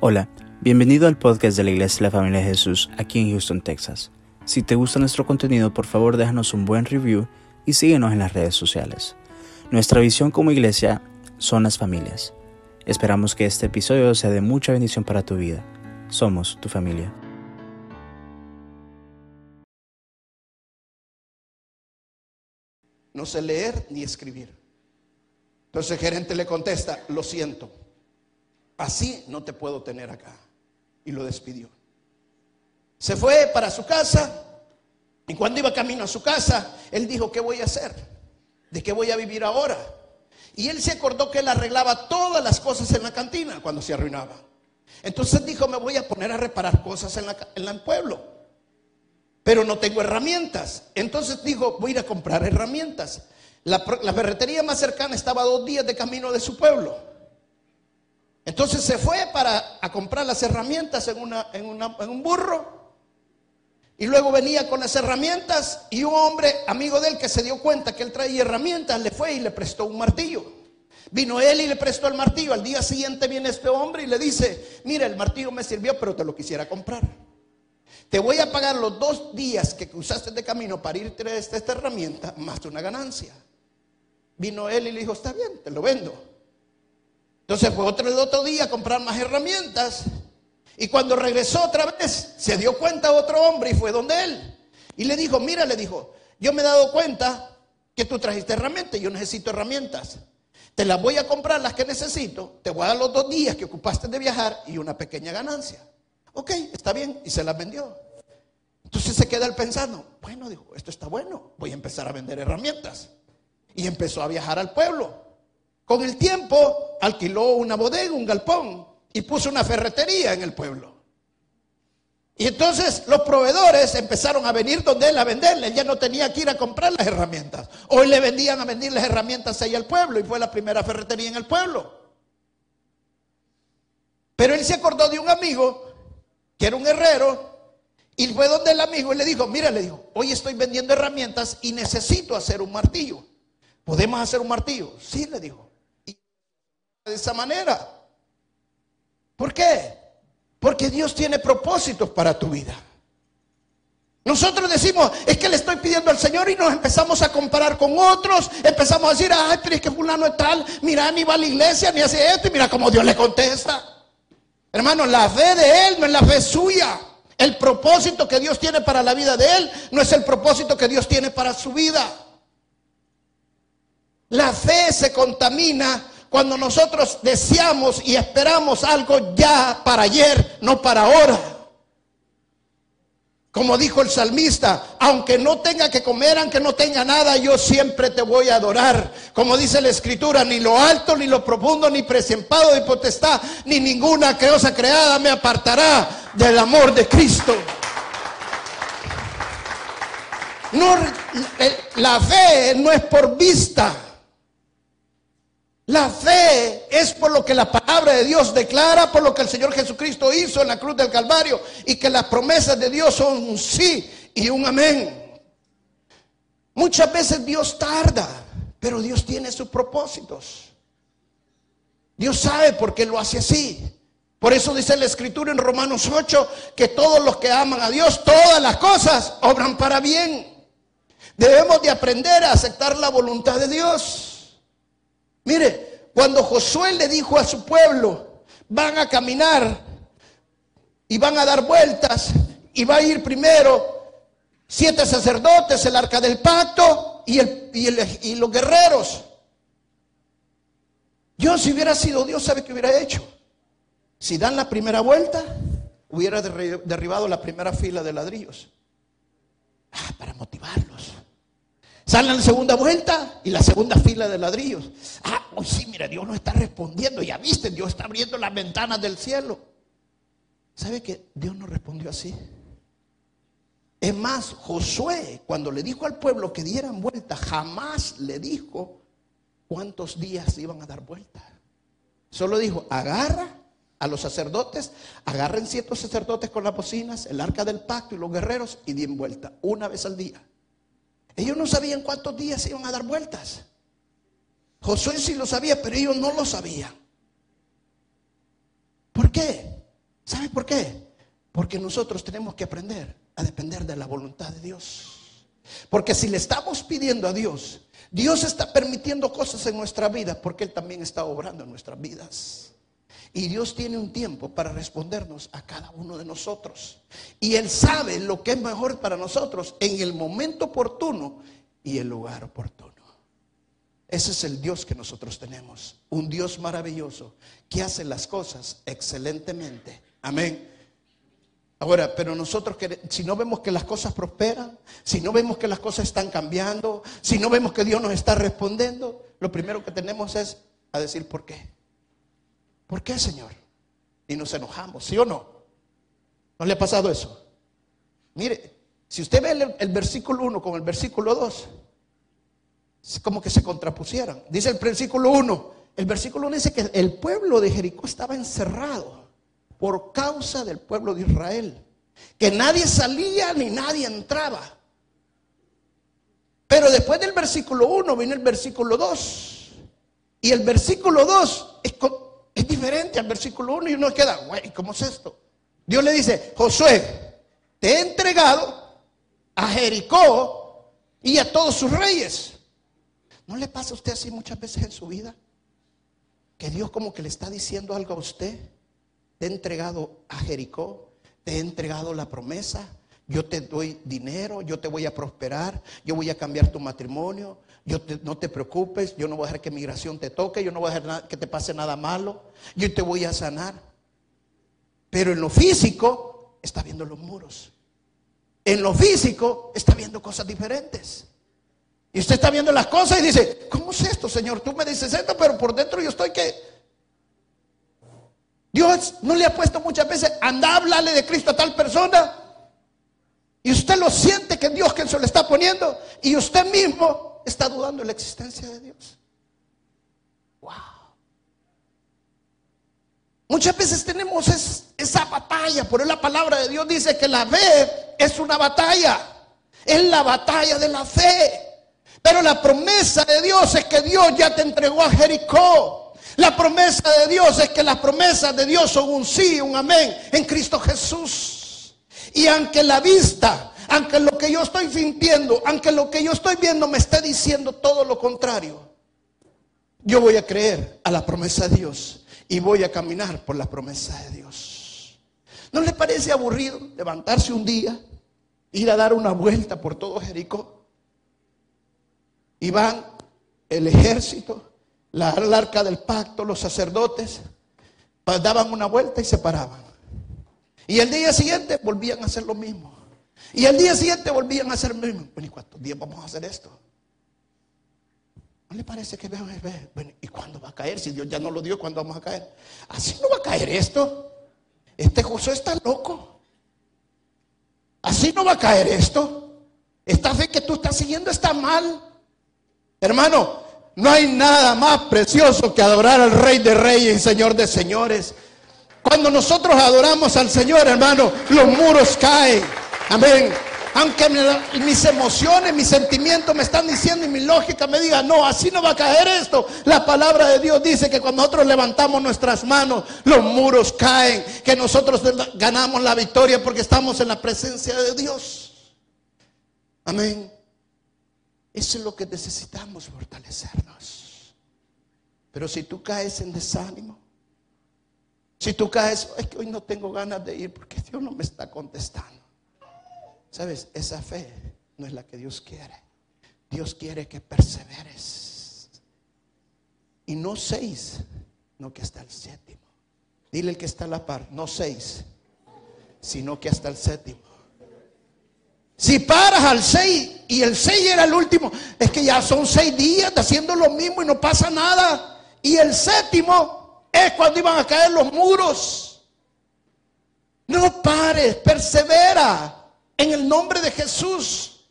Hola, bienvenido al podcast de la Iglesia de la Familia de Jesús aquí en Houston, Texas. Si te gusta nuestro contenido, por favor déjanos un buen review y síguenos en las redes sociales. Nuestra visión como iglesia son las familias. Esperamos que este episodio sea de mucha bendición para tu vida. Somos tu familia. No sé leer ni escribir. Entonces el gerente le contesta: lo siento, así no te puedo tener acá. Y lo despidió. Se fue para su casa. Y cuando iba camino a su casa, él dijo: ¿qué voy a hacer? ¿De qué voy a vivir ahora? Y él se acordó que él arreglaba todas las cosas en la cantina cuando se arruinaba. Entonces dijo: me voy a poner a reparar cosas en el pueblo, pero no tengo herramientas. Entonces dijo: voy a ir a comprar herramientas. La ferretería más cercana estaba a 2 días de camino de su pueblo. Entonces se fue a comprar las herramientas en un burro. Y luego venía con las herramientas, y un hombre amigo de él que se dio cuenta que él traía herramientas, le fue y le prestó un martillo. Vino él y le prestó el martillo. Al día siguiente viene este hombre y le dice: mira, el martillo me sirvió, pero te lo quisiera comprar. Te voy a pagar los 2 días que cruzaste de camino para ir a traer esta herramienta, más una ganancia. Vino él y le dijo: está bien, te lo vendo. Entonces fue el otro día a comprar más herramientas. Y cuando regresó otra vez, se dio cuenta otro hombre y fue donde él. Y le dijo: mira, le dijo, yo me he dado cuenta que tú trajiste herramientas, yo necesito herramientas. Te las voy a comprar las que necesito, te voy a dar los 2 días que ocupaste de viajar y una pequeña ganancia. Ok, está bien, y se las vendió. Entonces se queda él pensando: bueno, dijo, esto está bueno, voy a empezar a vender herramientas. Y empezó a viajar al pueblo. Con el tiempo alquiló una bodega, un galpón, y puso una ferretería en el pueblo. Y entonces los proveedores empezaron a venir donde él a venderle. Él ya no tenía que ir a comprar las herramientas. Hoy le vendían a vender las herramientas ahí al pueblo, y fue la primera ferretería en el pueblo. Pero él se acordó de un amigo que era un herrero, y fue donde el amigo y le dijo: mira, le dijo, hoy estoy vendiendo herramientas y necesito hacer un martillo. ¿Podemos hacer un martillo? Sí, le dijo. Y de esa manera. ¿Por qué? Porque Dios tiene propósitos para tu vida. Nosotros decimos: es que le estoy pidiendo al Señor, y nos empezamos a comparar con otros. Empezamos a decir: ay, pero es que fulano es tal, mira, ni va a la iglesia, ni hace esto, y mira cómo Dios le contesta. Hermano, la fe de él no es la fe suya. El propósito que Dios tiene para la vida de él no es el propósito que Dios tiene para su vida. La fe se contamina cuando nosotros deseamos y esperamos algo ya para ayer, no para ahora. Como dijo el salmista: aunque no tenga que comer, aunque no tenga nada, yo siempre te voy a adorar. Como dice la escritura: ni lo alto, ni lo profundo, ni principado, ni potestad, ni ninguna cosa creada me apartará del amor de Cristo. No, la fe no es por vista. La fe es por lo que la palabra de Dios declara, por lo que el Señor Jesucristo hizo en la cruz del Calvario, y que las promesas de Dios son un sí y un amén. Muchas veces Dios tarda, pero Dios tiene sus propósitos. Dios sabe por qué lo hace así. Por eso dice la escritura en Romanos 8 que todos los que aman a Dios, todas las cosas obran para bien. Debemos de aprender a aceptar la voluntad de Dios. Mire, cuando Josué le dijo a su pueblo: van a caminar y van a dar vueltas, y va a ir primero 7 sacerdotes, el arca del pacto y los guerreros. Yo, si hubiera sido Dios, ¿sabe qué hubiera hecho? Si dan la primera vuelta, hubiera derribado la primera fila de ladrillos. Para motivarlos. Salen la segunda vuelta y la segunda fila de ladrillos. Hoy sí, mira, Dios no está respondiendo. Ya viste, Dios está abriendo las ventanas del cielo. ¿Sabe que Dios no respondió así? Es más, Josué, cuando le dijo al pueblo que dieran vuelta, jamás le dijo cuántos días iban a dar vuelta. Solo dijo: agarra a los sacerdotes, agarren 7 sacerdotes con las bocinas, el arca del pacto y los guerreros, y den vuelta una vez al día. Ellos no sabían cuántos días iban a dar vueltas. Josué sí lo sabía, pero ellos no lo sabían. ¿Por qué? ¿Sabe por qué? Porque nosotros tenemos que aprender a depender de la voluntad de Dios. Porque si le estamos pidiendo a Dios, Dios está permitiendo cosas en nuestra vida porque Él también está obrando en nuestras vidas. Y Dios tiene un tiempo para respondernos a cada uno de nosotros. Y Él sabe lo que es mejor para nosotros en el momento oportuno y el lugar oportuno. Ese es el Dios que nosotros tenemos. Un Dios maravilloso que hace las cosas excelentemente. Amén. Ahora, pero nosotros, si no vemos que las cosas prosperan, si no vemos que las cosas están cambiando, si no vemos que Dios nos está respondiendo, lo primero que tenemos es a decir ¿por qué? ¿Por qué, Señor? Y nos enojamos, ¿sí o no? ¿No le ha pasado eso? Mire, si usted ve el versículo 1 con el versículo 2, es como que se contrapusieran. Dice el versículo 1, el versículo 1 dice que el pueblo de Jericó estaba encerrado por causa del pueblo de Israel, que nadie salía ni nadie entraba. Pero después del versículo 1 viene el versículo 2, y el versículo 2 es diferente al versículo 1 y uno queda, güey, ¿cómo es esto? Dios le dice, Josué, te he entregado a Jericó y a todos sus reyes. ¿No le pasa a usted así muchas veces en su vida? Que Dios como que le está diciendo algo a usted. Te he entregado a Jericó, te he entregado la promesa, yo te doy dinero, yo te voy a prosperar, yo voy a cambiar tu matrimonio, no te preocupes, yo no voy a dejar que migración te toque, yo no voy a dejar que te pase nada malo, yo te voy a sanar. Pero en lo físico está viendo los muros, en lo físico está viendo cosas diferentes. Y usted está viendo las cosas y dice, ¿cómo es esto, Señor? Tú me dices esto, pero por dentro yo estoy que... Dios no le ha puesto muchas veces, anda a hablarle de Cristo a tal persona. Y usted lo siente que Dios que se lo está poniendo. Y usted mismo está dudando de la existencia de Dios. Wow. Muchas veces tenemos esa batalla. Por eso la palabra de Dios dice que la fe es una batalla. Es la batalla de la fe. Pero la promesa de Dios es que Dios ya te entregó a Jericó. La promesa de Dios es que las promesas de Dios son un sí, un amén en Cristo Jesús. Y aunque la vista, aunque lo que yo estoy sintiendo, aunque lo que yo estoy viendo me esté diciendo todo lo contrario, yo voy a creer a la promesa de Dios y voy a caminar por la promesa de Dios. ¿No le parece aburrido levantarse un día, ir a dar una vuelta por todo Jericó? Y van el ejército, la arca del pacto, los sacerdotes, daban una vuelta y se paraban. Y el día siguiente volvían a hacer lo mismo. Y el día siguiente volvían a hacer lo mismo. Bueno, ¿y cuántos días vamos a hacer esto? ¿No le parece que bueno, ¿y cuándo va a caer? Si Dios ya no lo dio, ¿cuándo vamos a caer? Así no va a caer esto. Este Josué está loco. Así no va a caer esto. Esta fe que tú estás siguiendo está mal. Hermano, no hay nada más precioso que adorar al Rey de Reyes y Señor de Señores. Cuando nosotros adoramos al Señor, hermano, los muros caen. Amén. Aunque mis emociones, mis sentimientos me están diciendo y mi lógica me diga, no, así no va a caer esto. La palabra de Dios dice que cuando nosotros levantamos nuestras manos, los muros caen. Que nosotros ganamos la victoria porque estamos en la presencia de Dios. Amén. Eso es lo que necesitamos, fortalecernos. Pero si tú caes en desánimo, si tú caes, es que hoy no tengo ganas de ir porque Dios no me está contestando. ¿Sabes? Esa fe no es la que Dios quiere. Dios quiere que perseveres. Y no 6, no que hasta el 7. Dile el que está a la par, no 6, sino que hasta el 7. Si paras al 6 y el 6 era el último, es que ya son 6 días haciendo lo mismo y no pasa nada. Y el 7 es cuando iban a caer los muros. No pares, persevera en el nombre de Jesús.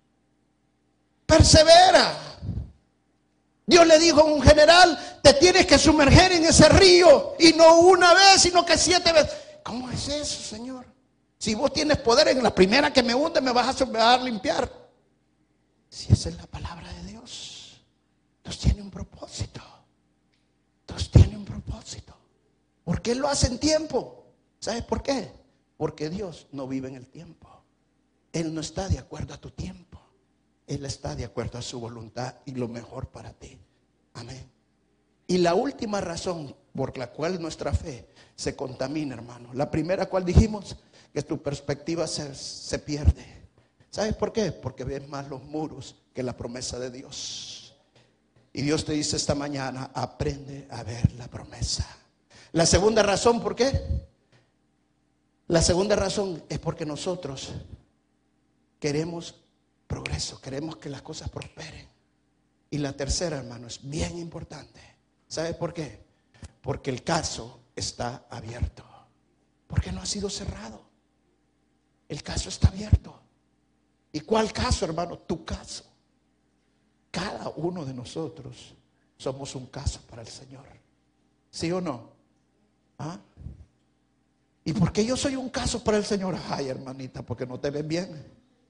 Persevera. Dios le dijo a un general, te tienes que sumergir en ese río, y no una vez, sino que 7 veces. ¿Cómo es eso, Señor? Si vos tienes poder, en la primera que me hunde me vas a limpiar. Si esa es la palabra de Dios. Dios tiene un propósito. Dios tiene un propósito. ¿Por qué lo hace en tiempo? ¿Sabes por qué? Porque Dios no vive en el tiempo. Él no está de acuerdo a tu tiempo. Él está de acuerdo a su voluntad y lo mejor para ti. Amén. Y la última razón por la cual nuestra fe se contamina, hermano. La primera, ¿cuál dijimos? Que tu perspectiva se pierde. ¿Sabes por qué? Porque ves más los muros que la promesa de Dios. Y Dios te dice esta mañana, aprende a ver la promesa. La segunda razón, ¿por qué? La segunda razón es porque nosotros queremos progreso, queremos que las cosas prosperen. Y la tercera, hermano, es bien importante. ¿Sabe por qué? Porque el caso está abierto. Porque no ha sido cerrado. El caso está abierto. ¿Y cuál caso, hermano? Tu caso. Cada uno de nosotros somos un caso para el Señor. ¿Sí o no? ¿Ah? ¿Y por qué yo soy un caso para el Señor? Ay, hermanita, porque no te ves bien.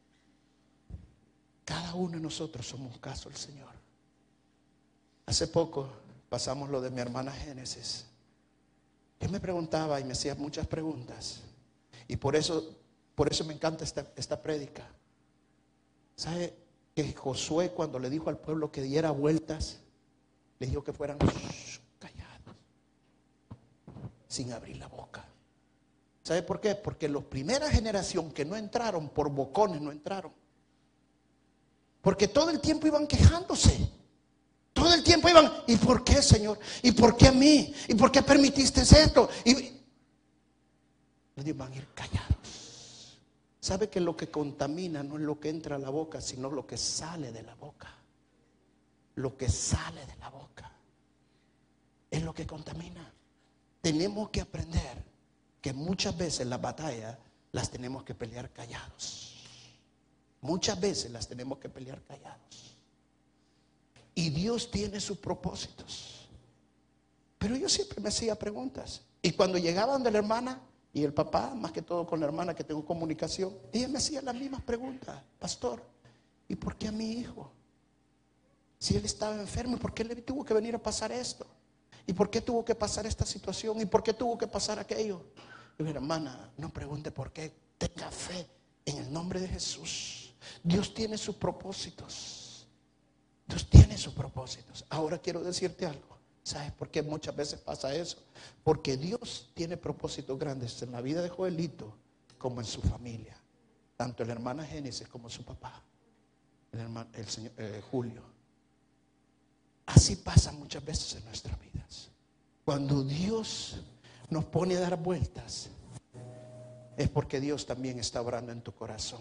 Cada uno de nosotros somos un caso al Señor. Hace poco pasamos lo de mi hermana Génesis. Él me preguntaba y me hacía muchas preguntas. Y por eso me encanta esta prédica. ¿Sabe que Josué, cuando le dijo al pueblo que diera vueltas, le dijo que fueran callados, sin abrir la boca? ¿Sabe por qué? Porque la primera generación que no entraron, por bocones no entraron. Porque todo el tiempo iban quejándose. Todo el tiempo iban, ¿y por qué, Señor? ¿Y por qué a mí? ¿Y por qué permitiste esto? Y ellos van a ir callados. ¿Sabe que lo que contamina no es lo que entra a la boca, sino lo que sale de la boca? Lo que sale de la boca es lo que contamina. Tenemos que aprender que muchas veces las batallas las tenemos que pelear callados. Muchas veces las tenemos que pelear callados. Y Dios tiene sus propósitos. Pero yo siempre me hacía preguntas. Y cuando llegaban de la hermana y el papá, más que todo con la hermana que tengo comunicación, ella me hacía las mismas preguntas. Pastor, ¿y por qué a mi hijo? Si él estaba enfermo, ¿por qué le tuvo que venir a pasar esto? ¿Y por qué tuvo que pasar esta situación? ¿Y por qué tuvo que pasar aquello? Y mi hermana, no pregunte por qué. Tenga fe en el nombre de Jesús. Dios tiene sus propósitos. Dios tiene sus propósitos. Ahora quiero decirte algo. ¿Sabes por qué muchas veces pasa eso? Porque Dios tiene propósitos grandes en la vida de Joelito como en su familia. Tanto la hermana Génesis como su papá, el señor Julio. Así pasa muchas veces en nuestras vidas. Cuando Dios nos pone a dar vueltas, es porque Dios también está obrando en tu corazón.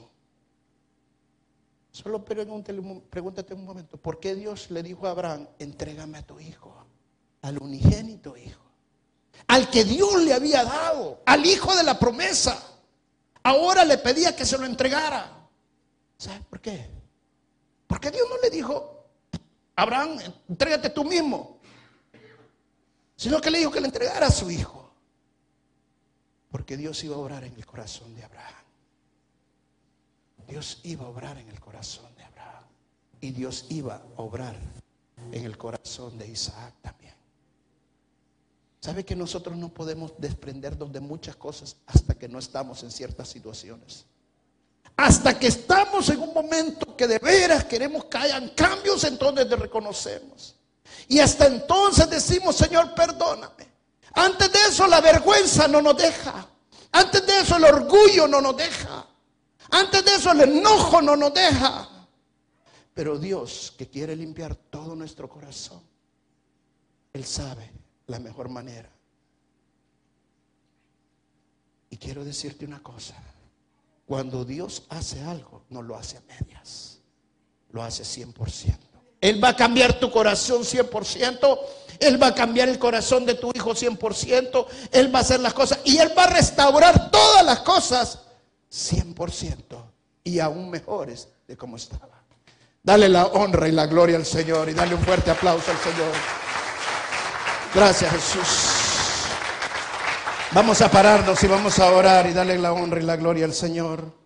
Solo pregúntate un momento, ¿por qué Dios le dijo a Abraham, entrégame a tu hijo, al unigénito hijo, al que Dios le había dado, al hijo de la promesa? Ahora le pedía que se lo entregara. ¿Sabes por qué? Porque Dios no le dijo, Abraham, entrégate tú mismo, sino que le dijo que le entregara a su hijo. Porque Dios iba a obrar en el corazón de Abraham. Dios iba a obrar en el corazón de Abraham. Y Dios iba a obrar en el corazón de Isaac también. ¿Sabe que nosotros no podemos desprendernos de muchas cosas hasta que no estamos en ciertas situaciones? Hasta que estamos en un momento que de veras queremos que hayan cambios, entonces te reconocemos. Y hasta entonces decimos, Señor, perdóname. Antes de eso la vergüenza no nos deja. Antes de eso el orgullo no nos deja. Antes de eso el enojo no nos deja. Pero Dios, que quiere limpiar todo nuestro corazón, Él sabe la mejor manera. Y quiero decirte una cosa. Cuando Dios hace algo, no lo hace a medias. Lo hace 100%. Él va a cambiar tu corazón 100%. Él va a cambiar el corazón de tu hijo 100%. Él va a hacer las cosas y Él va a restaurar todas las cosas 100% y aún mejores de como estaba. Dale la honra y la gloria al Señor y dale un fuerte aplauso al Señor. Gracias, Jesús. Vamos a pararnos y vamos a orar y darle la honra y la gloria al Señor.